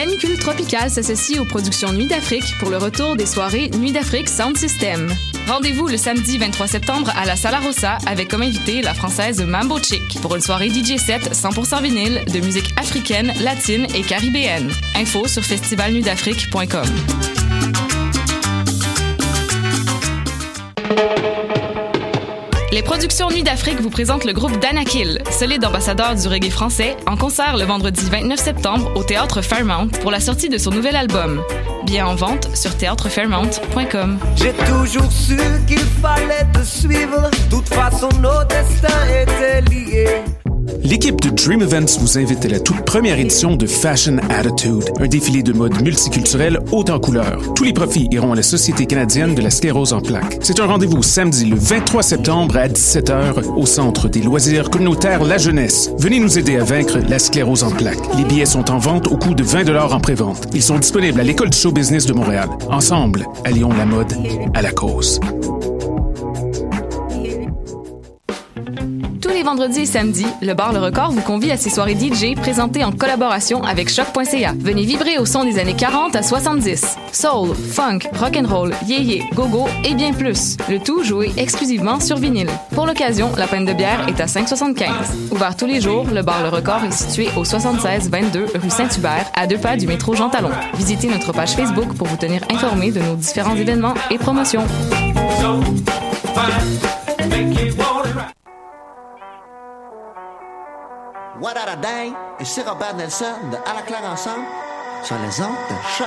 Canicule Tropicale s'associe aux productions Nuit d'Afrique pour le retour des soirées Nuit d'Afrique Sound System. Rendez-vous le samedi 23 septembre à la Sala Rossa avec comme invité la française Mambo Chick pour une soirée DJ set 100% vinyle de musique africaine, latine et caribéenne. Info sur festivalnuitdafrique.com. Les productions Nuit d'Afrique vous présentent le groupe Danakil, solide ambassadeur du reggae français, en concert le vendredi 29 septembre au Théâtre Fairmount pour la sortie de son nouvel album. Billets en vente sur théâtrefairmount.com. J'ai toujours su qu'il fallait te suivre, de toute façon nos destins étaient liés. L'équipe de Dream Events vous invite à la toute première édition de Fashion Attitude, un défilé de mode multiculturel haut en couleurs. Tous les profits iront à la Société canadienne de la sclérose en plaques. C'est un rendez-vous samedi le 23 septembre à 17h au Centre des loisirs communautaires La Jeunesse. Venez nous aider à vaincre la sclérose en plaques. Les billets sont en vente au coût de 20 $ en prévente. Ils sont disponibles à l'École du show business de Montréal. Ensemble, allions la mode à la cause. Tous les vendredis et samedis, le bar Le Record vous convie à ses soirées DJ présentées en collaboration avec Choc.ca. Venez vibrer au son des années 40 à 70. Soul, funk, rock'n'roll, yéyé, go-go et bien plus. Le tout joué exclusivement sur vinyle. Pour l'occasion, la pinte de bière est à 5,75. Ouvert tous les jours, le bar Le Record est situé au 7622 rue Saint-Hubert, à 2 pas du métro Jean Talon. Visitez notre page Facebook pour vous tenir informé de nos différents événements et promotions. What a day! Et c'est Robert Nelson de À la claire ensemble sur les ondes de Choc.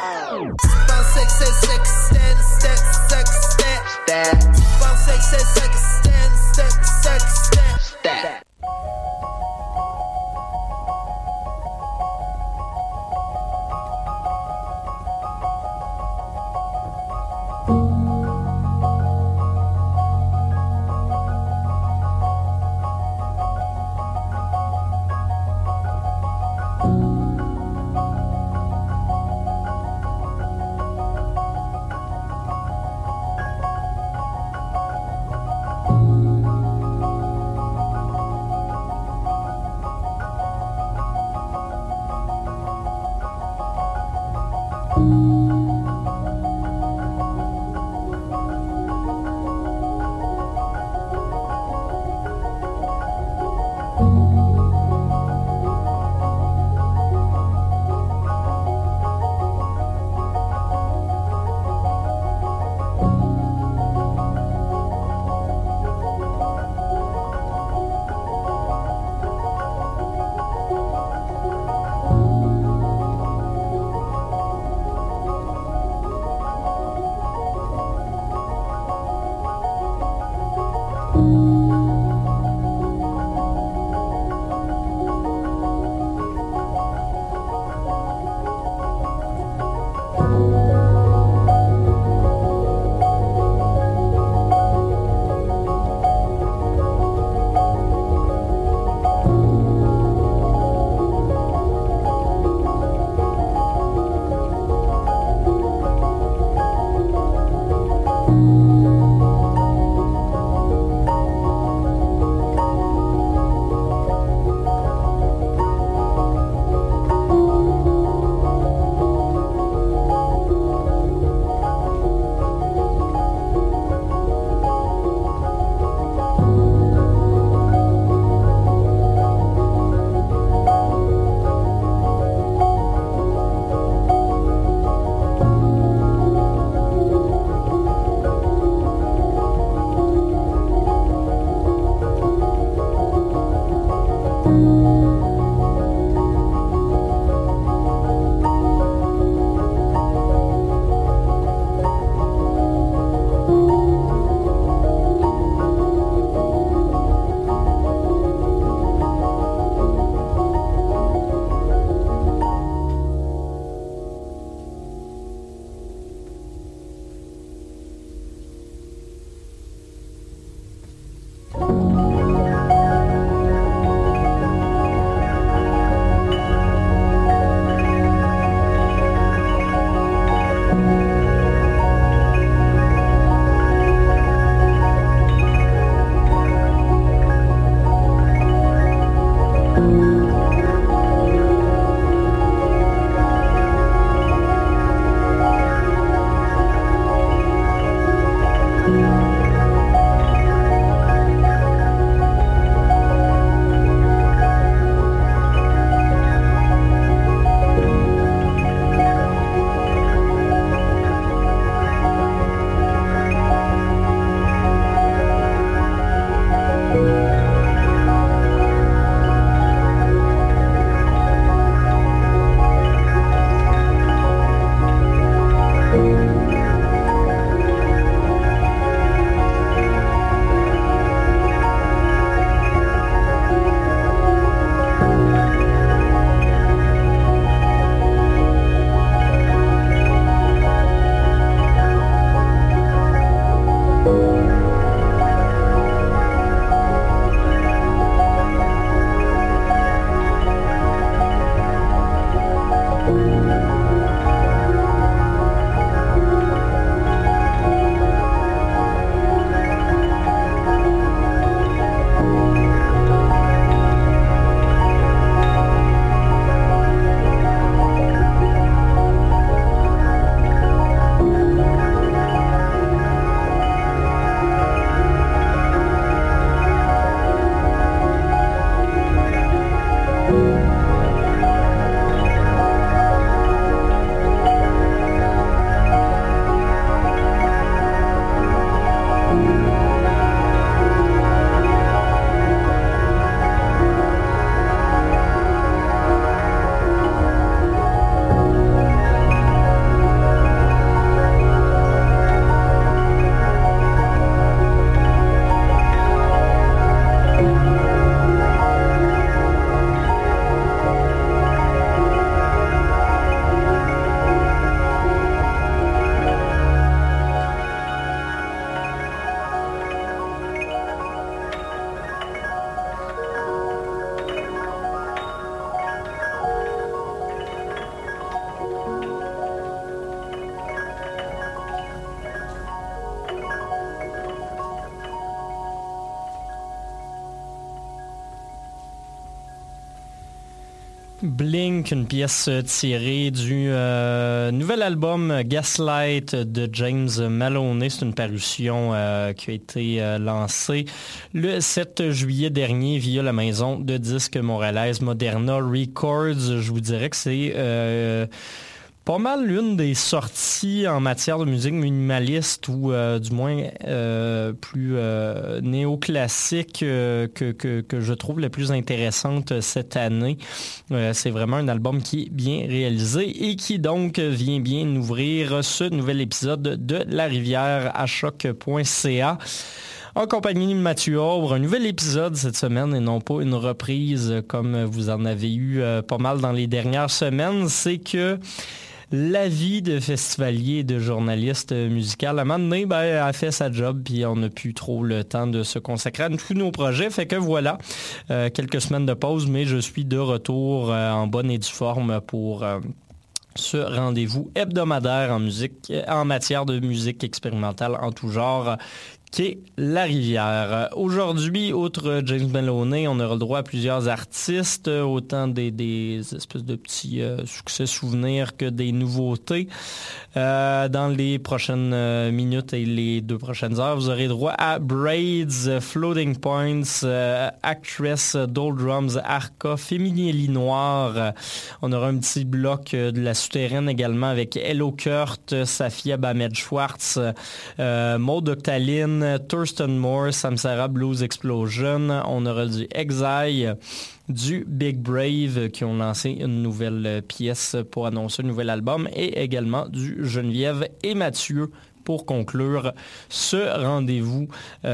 Blink, une pièce tirée du nouvel album Gaslight de James Maloney. C'est une parution qui a été lancée le 7 juillet dernier via la maison de disques montréalaise Moderna Records. Je vous dirais que c'est pas mal l'une des sorties en matière de musique minimaliste ou du moins plus néoclassique que je trouve la plus intéressante cette année. C'est vraiment un album qui est bien réalisé et qui donc vient bien ouvrir ce nouvel épisode de La Rivière à choc.ca. En compagnie de Mathieu Aubre, un nouvel épisode cette semaine et non pas une reprise comme vous en avez eu pas mal dans les dernières semaines. C'est que la vie de festivalier et de journaliste musical, à un moment donné, a fait sa job, puis on n'a plus trop le temps de se consacrer à tous nos projets. Fait que voilà, quelques semaines de pause, mais je suis de retour en bonne et due forme pour ce rendez-vous hebdomadaire en matière de musique expérimentale en tout genre, qui est La Rivière. Aujourd'hui, outre James Maloney, on aura le droit à plusieurs artistes, autant des espèces de petits succès souvenirs que des nouveautés. Dans les prochaines minutes et les 2 prochaines heures, vous aurez droit à Braids, Floating Points, Actress, Doldrums, Arca, Féminili Noir. On aura un petit bloc de la souterraine également avec Hello Kurt, Safia Bamed-Schwartz, Maud Octaline, Thurston Moore, Samsara Blues Explosion. On aura du Exile, du Big Brave qui ont lancé une nouvelle pièce pour annoncer un nouvel album et également du Geneviève et Mathieu pour conclure ce rendez-vous on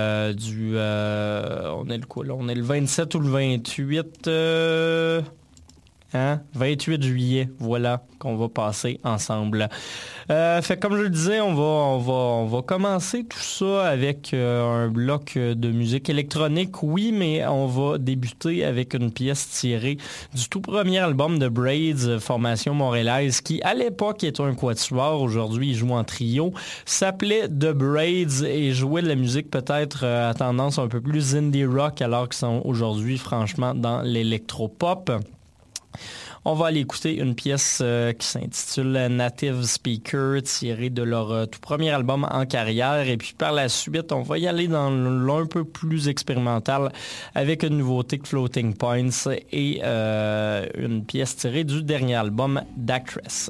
est le quoi là? On est le 27 ou le 28 28 juillet, voilà, qu'on va passer ensemble. Fait comme je le disais, on va commencer tout ça avec un bloc de musique électronique, oui, mais on va débuter avec une pièce tirée du tout premier album de Braids, formation montréalaise, qui à l'époque était un quatuor, aujourd'hui il joue en trio, s'appelait The Braids et jouait de la musique peut-être à tendance un peu plus indie rock, alors qu'ils sont aujourd'hui franchement dans l'électropop. On va aller écouter une pièce qui s'intitule Native Speaker, tirée de leur tout premier album en carrière. Et puis par la suite, on va y aller dans l'un peu plus expérimental avec une nouveauté de Floating Points et une pièce tirée du dernier album d'Actress.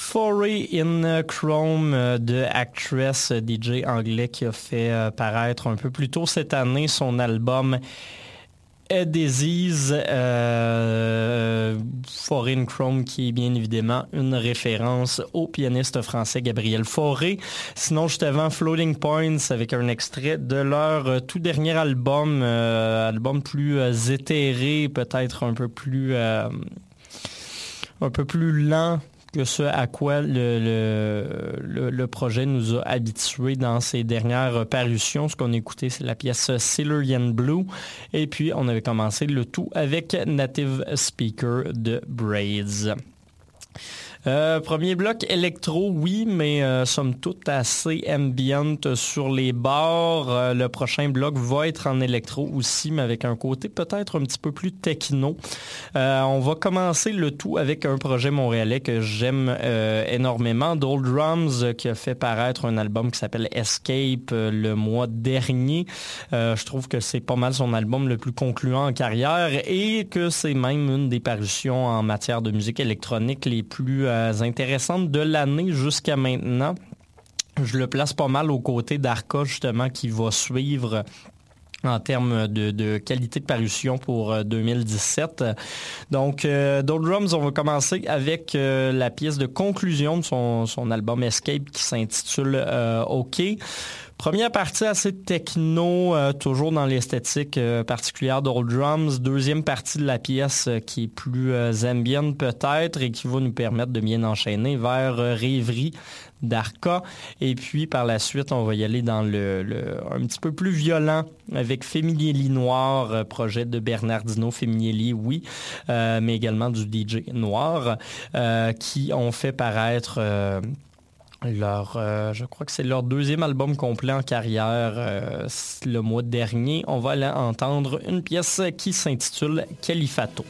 Foray in Chrome de Actress, DJ anglais qui a fait paraître un peu plus tôt cette année son album A Disease, Foray in Chrome qui est bien évidemment une référence au pianiste français Gabriel Fauré. Sinon, juste avant, Floating Points avec un extrait de leur tout dernier album, album plus éthéré, peut-être un peu plus lent que ce à quoi le projet nous a habitués dans ses dernières parutions. Ce qu'on a écouté, c'est la pièce Silurian Blue. Et puis, on avait commencé le tout avec Native Speaker de Braids. Premier bloc électro, oui, mais somme toute assez ambient sur les bords. Le prochain bloc va être en électro aussi, mais avec un côté peut-être un petit peu plus techno. On va commencer le tout avec un projet montréalais que j'aime énormément, Doll Drums, qui a fait paraître un album qui s'appelle Escape le mois dernier. Je trouve que c'est pas mal son album le plus concluant en carrière et que c'est même une des parutions en matière de musique électronique les plus intéressantes de l'année jusqu'à maintenant. Je le place pas mal aux côtés d'Arca, justement, qui va suivre en termes de qualité de parution pour 2017. Donc, Doll Drums, on va commencer avec la pièce de conclusion de son album Escape qui s'intitule OK. Première partie assez techno, toujours dans l'esthétique particulière d'Doll Drums. Deuxième partie de la pièce qui est plus ambient peut-être et qui va nous permettre de bien enchaîner vers Rêverie d'Arca. Et puis par la suite, on va y aller dans un petit peu plus violent avec Féminieli Noir, projet de Bernardino Féminieli, oui, mais également du DJ Noir, qui ont fait paraître... je crois que c'est leur deuxième album complet en carrière le mois dernier. On va aller entendre une pièce qui s'intitule Califato.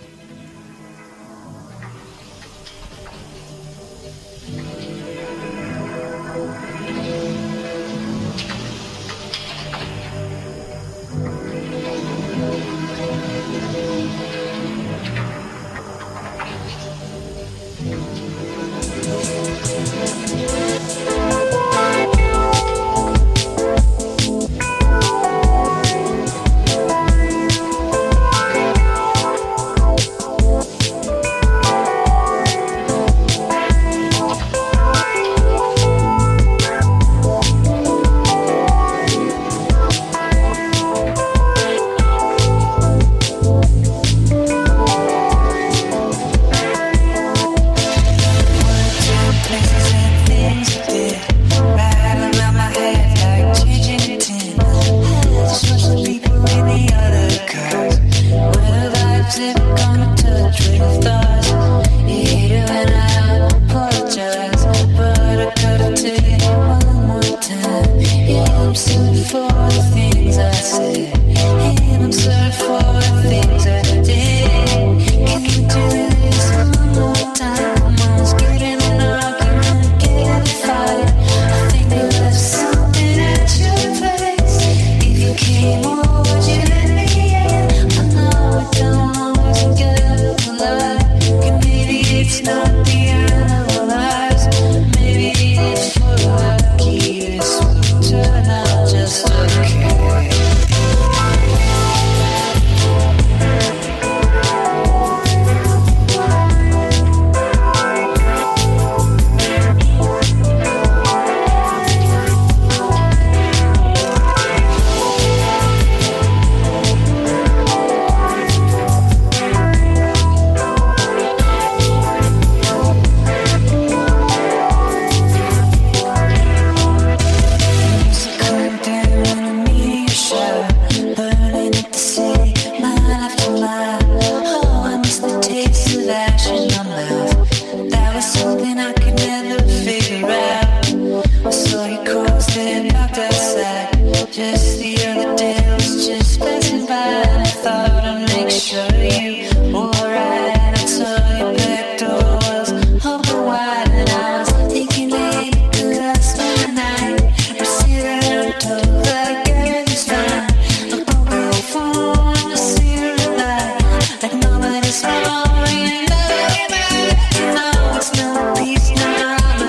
It's not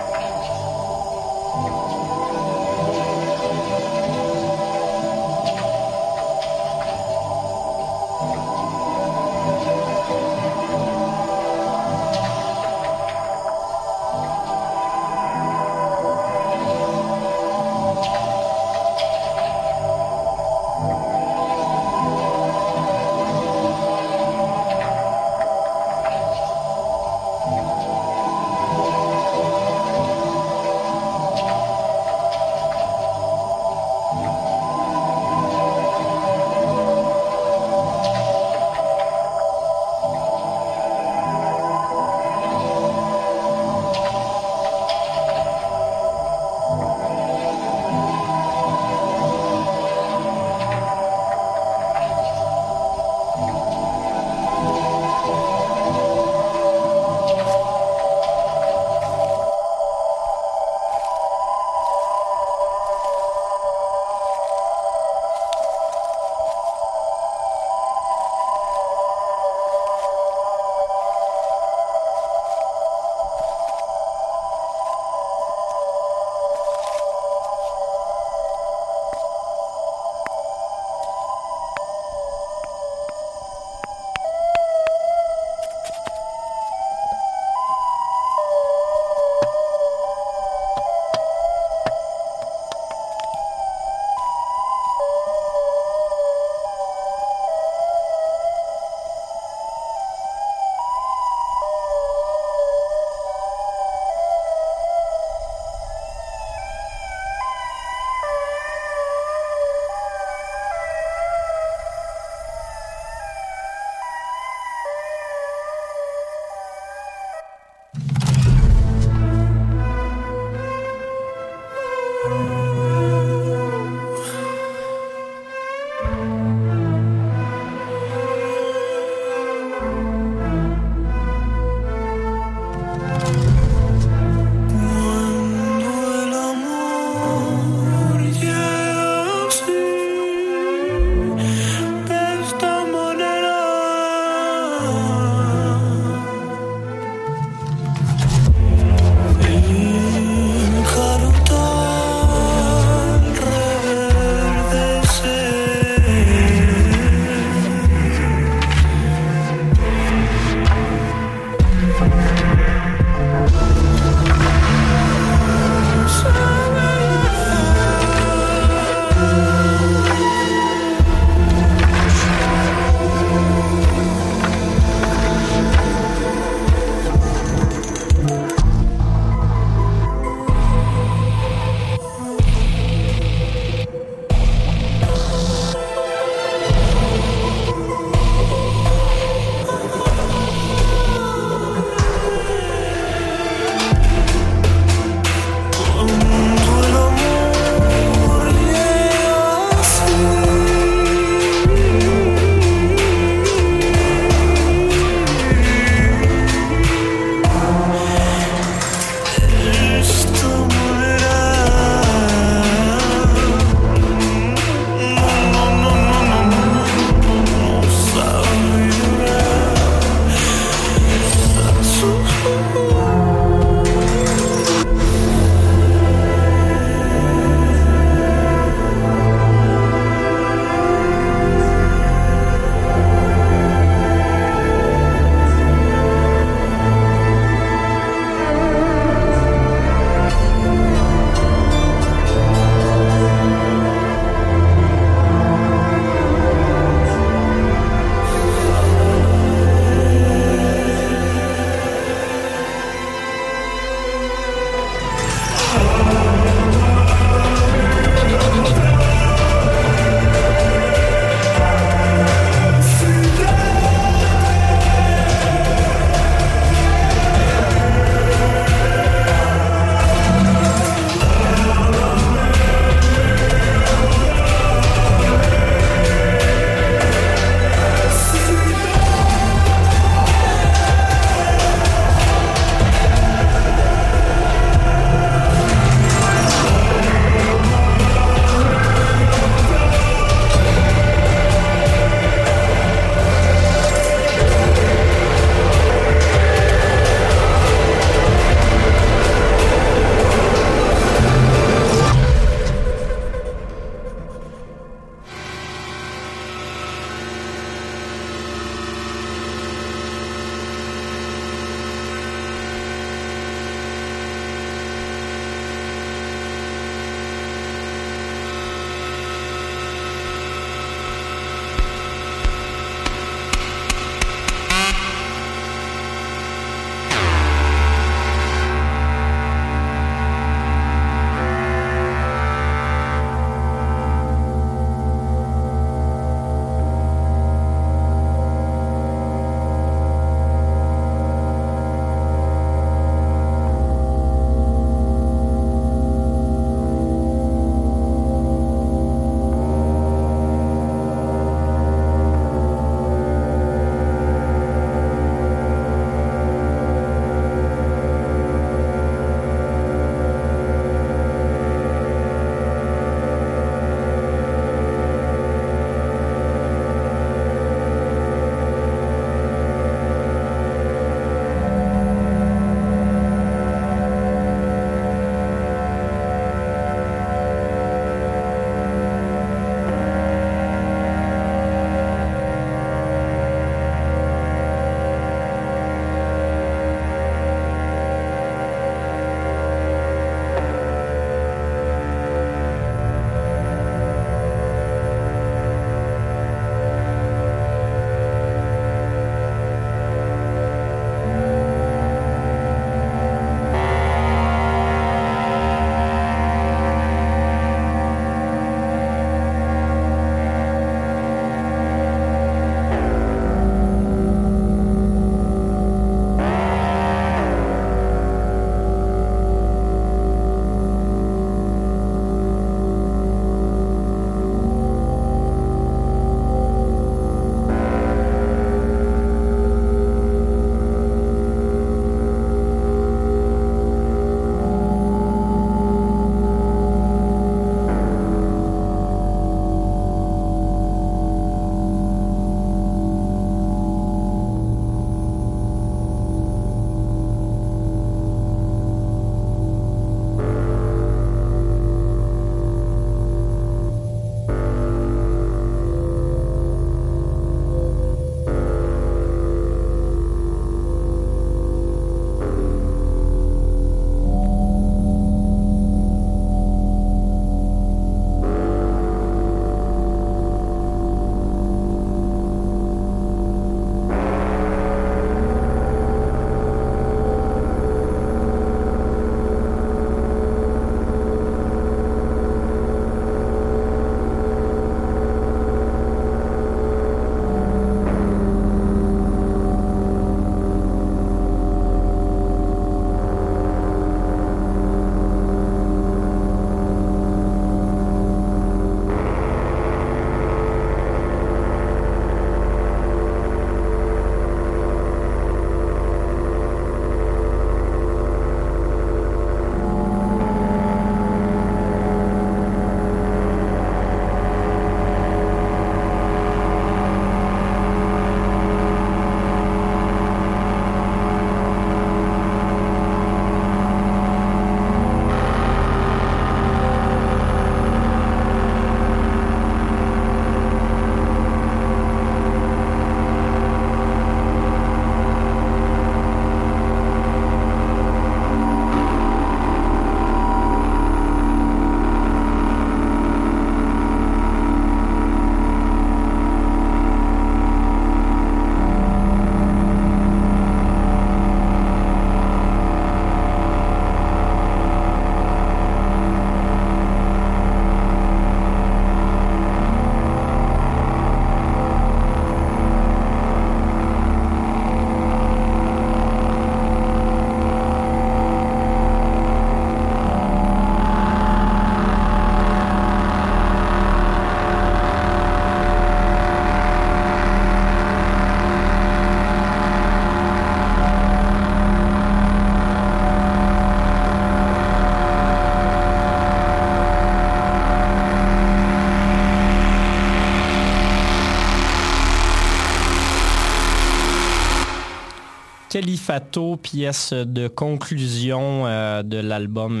Califato, pièce de conclusion de l'album,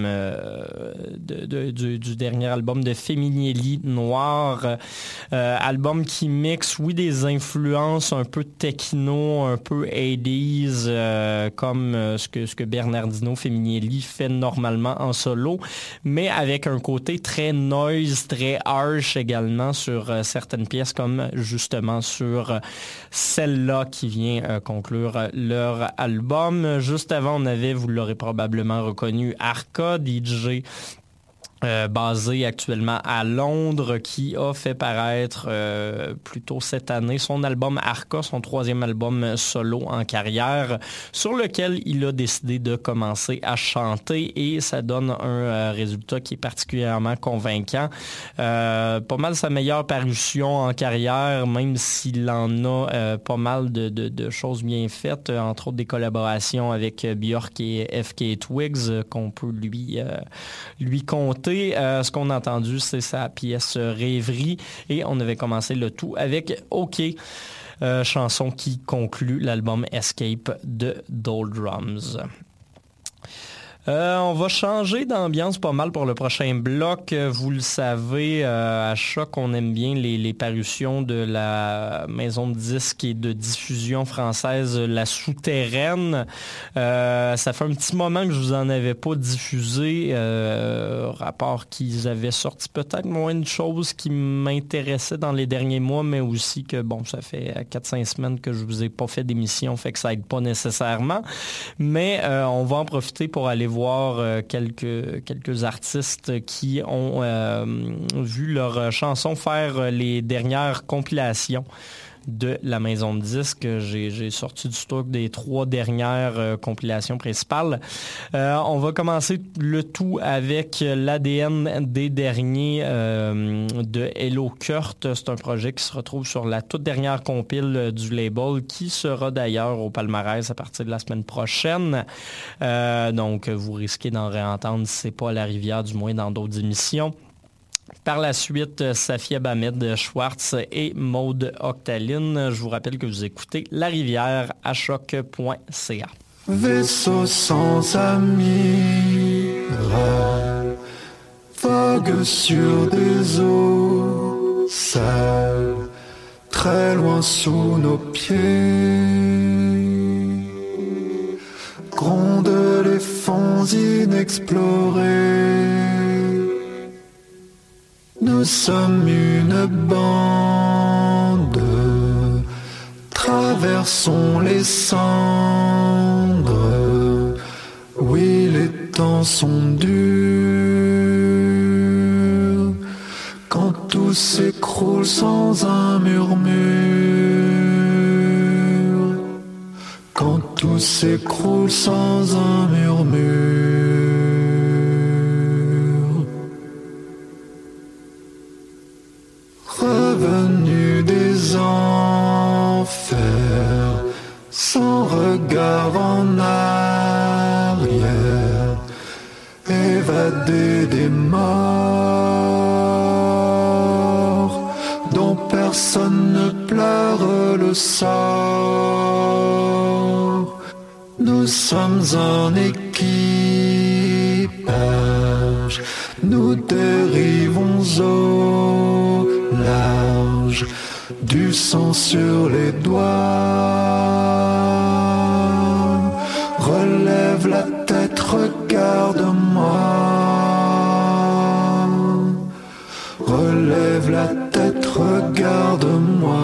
du dernier album de Femminelli, Noir. Album qui mixe, oui, des influences un peu techno, un peu 80s, comme ce que Bernardino Femminelli fait normalement en solo, mais avec un côté très noise, très harsh également sur certaines pièces, comme justement sur celle-là qui vient conclure leur album. Juste avant, on avait, vous l'aurez probablement reconnu, Arca, DJ basé actuellement à Londres, qui a fait paraître plus tôt cette année son album Arca, son 3e album solo en carrière, sur lequel il a décidé de commencer à chanter, et ça donne un résultat qui est particulièrement convaincant. Pas mal sa meilleure parution en carrière, même s'il en a pas mal de choses bien faites, entre autres des collaborations avec Björk et FK Twigs qu'on peut lui compter. Ce qu'on a entendu, c'est sa pièce Rêverie, et on avait commencé le tout avec OK, chanson qui conclut l'album Escape de Doldrums. On va changer d'ambiance pas mal pour le prochain bloc. Vous le savez, à Choc, on aime bien les parutions de la maison de disques et de diffusion française La Souterraine. Ça fait un petit moment que je vous en avais pas diffusé, rapport qu'ils avaient sorti peut-être moins de choses qui m'intéressaient dans les derniers mois, mais aussi que, bon, ça fait 4-5 semaines que je vous ai pas fait d'émission, fait que ça aide pas nécessairement. Mais on va en profiter pour aller voir quelques artistes qui ont vu leurs chansons faire les dernières compilations de la maison de disques. J'ai sorti du stock des 3 dernières compilations principales. On va commencer le tout avec l'ADN des derniers de Hello Kurt. C'est un projet qui se retrouve sur la toute dernière compile du label, qui sera d'ailleurs au palmarès à partir de la semaine prochaine. Donc, vous risquez d'en réentendre, si c'est pas à la rivière, du moins dans d'autres émissions. Par la suite, Safia Bamed Schwartz et Maude Octaline. Je vous rappelle que vous écoutez La Rivière à choc.ca. Vaisseau sans amiral, vogue sur des eaux sales, très loin sous nos pieds. Grondent les fonds inexplorés. Nous sommes une bande, traversons les cendres. Oui, les temps sont durs, quand tout s'écroule sans un murmure. Quand tout s'écroule sans un murmure. Revenu des enfers, sans regard en arrière, évadé des morts, dont personne ne pleure le sort. Nous sommes un équipage, nous dérivons au large, du sang sur les doigts. Relève la tête, regarde-moi. Relève la tête, regarde-moi.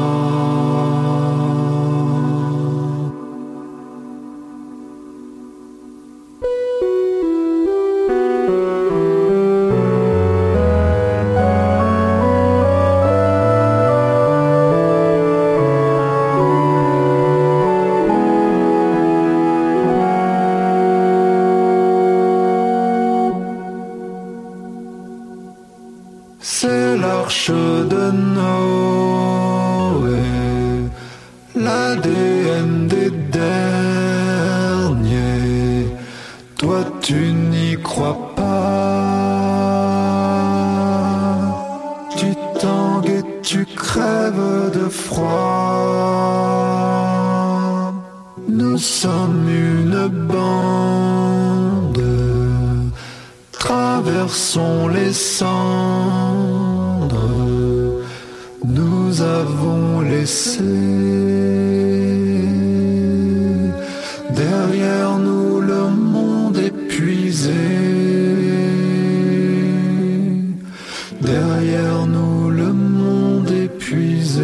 C'est l'arche de Noé, l'ADN des derniers. Toi tu n'y crois pas, tu tangues et tu crèves de froid. Nous Nous sommes une bande, traversons les cendres, nous avons laissé derrière nous le monde épuisé, derrière nous le monde épuisé.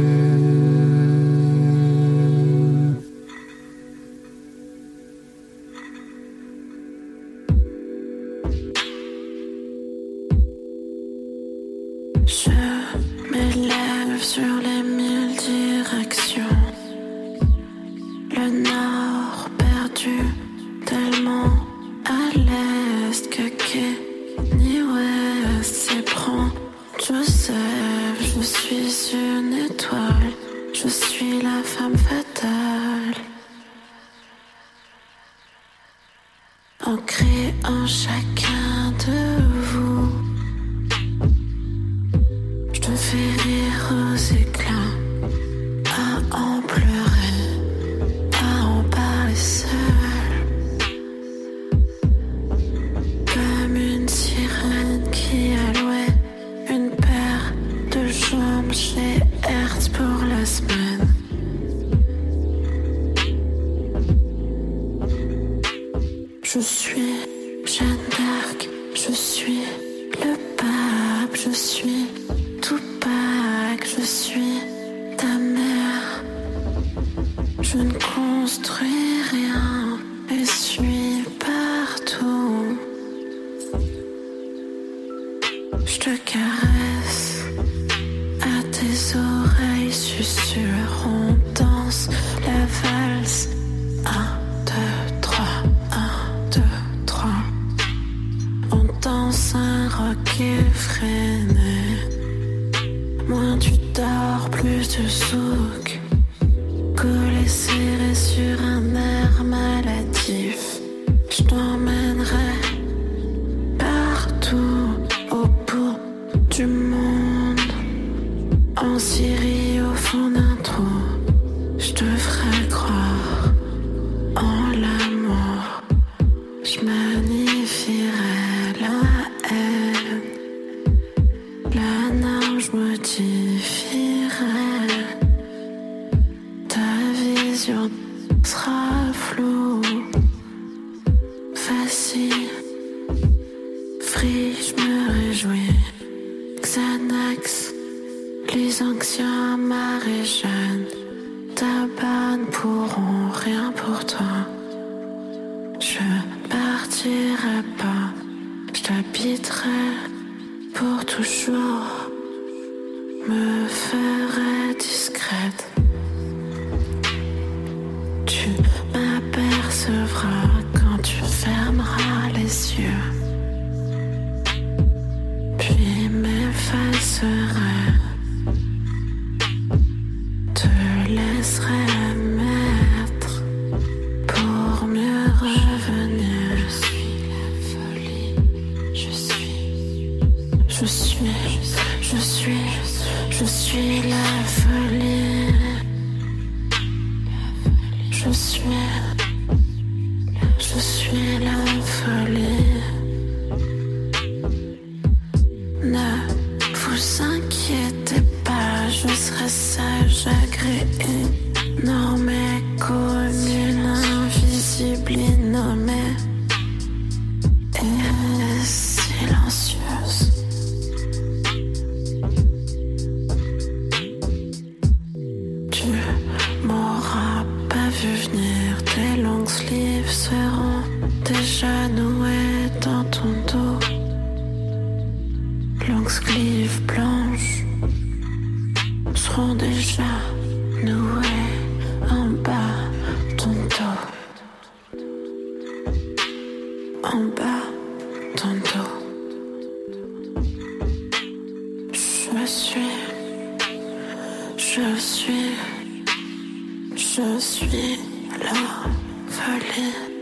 Je m'élève sur les 1000 directions. Le nord perdu, tellement à l'est que ni ouest s'éprend. Joseph, je suis une étoile, je suis la femme fatale. Ancrée en chacun de vous, je te fais rire aux éclats, à en pleurer, à en parler seul. Comme une sirène qui a loué une paire de jambes chez Hertz pour la semaine. Je suis Jeanne d'Arc, je suis le pape, je suis Tupac, je suis ta mère. Je ne construis rien et suis partout. Je te caresse, à tes oreilles susurre, on danse la valse. 1, 2, 3, 1, 2, 3. On danse un rock effréné. Moins tu dors, plus tu souk. Collé serré sur un air maladif. Je t'emmènerai partout au bout du monde. En Syrie au fond d'un trou, je te ferai croire en l'amour. Je magnifierai la haine. La nage modifierai. Ta vision sera floue. Facile, free, je me réjouis. Xanax, les anciens marées jeunes. Tabac ne pourront rien pour toi. Je partirai pas, je t'habiterai pour toujours. Me ferai discrète. Tu m'apercevras quand tu fermeras les yeux. Puis m'effacerai. Te laisserai mettre pour mieux revenir. Je suis la folie. Je suis la folie. Je suis la folie. Ne vous inquiétez pas, je serai sage, agréé, normée, commune, invisible, innommée et silencieuse. Tu m'auras pas vu venir, tes longs sleeves seront déjà noués dans ton dos. Longues sleeves blanches seront déjà nouées en bas ton dos. En bas ton dos. Je suis la folie.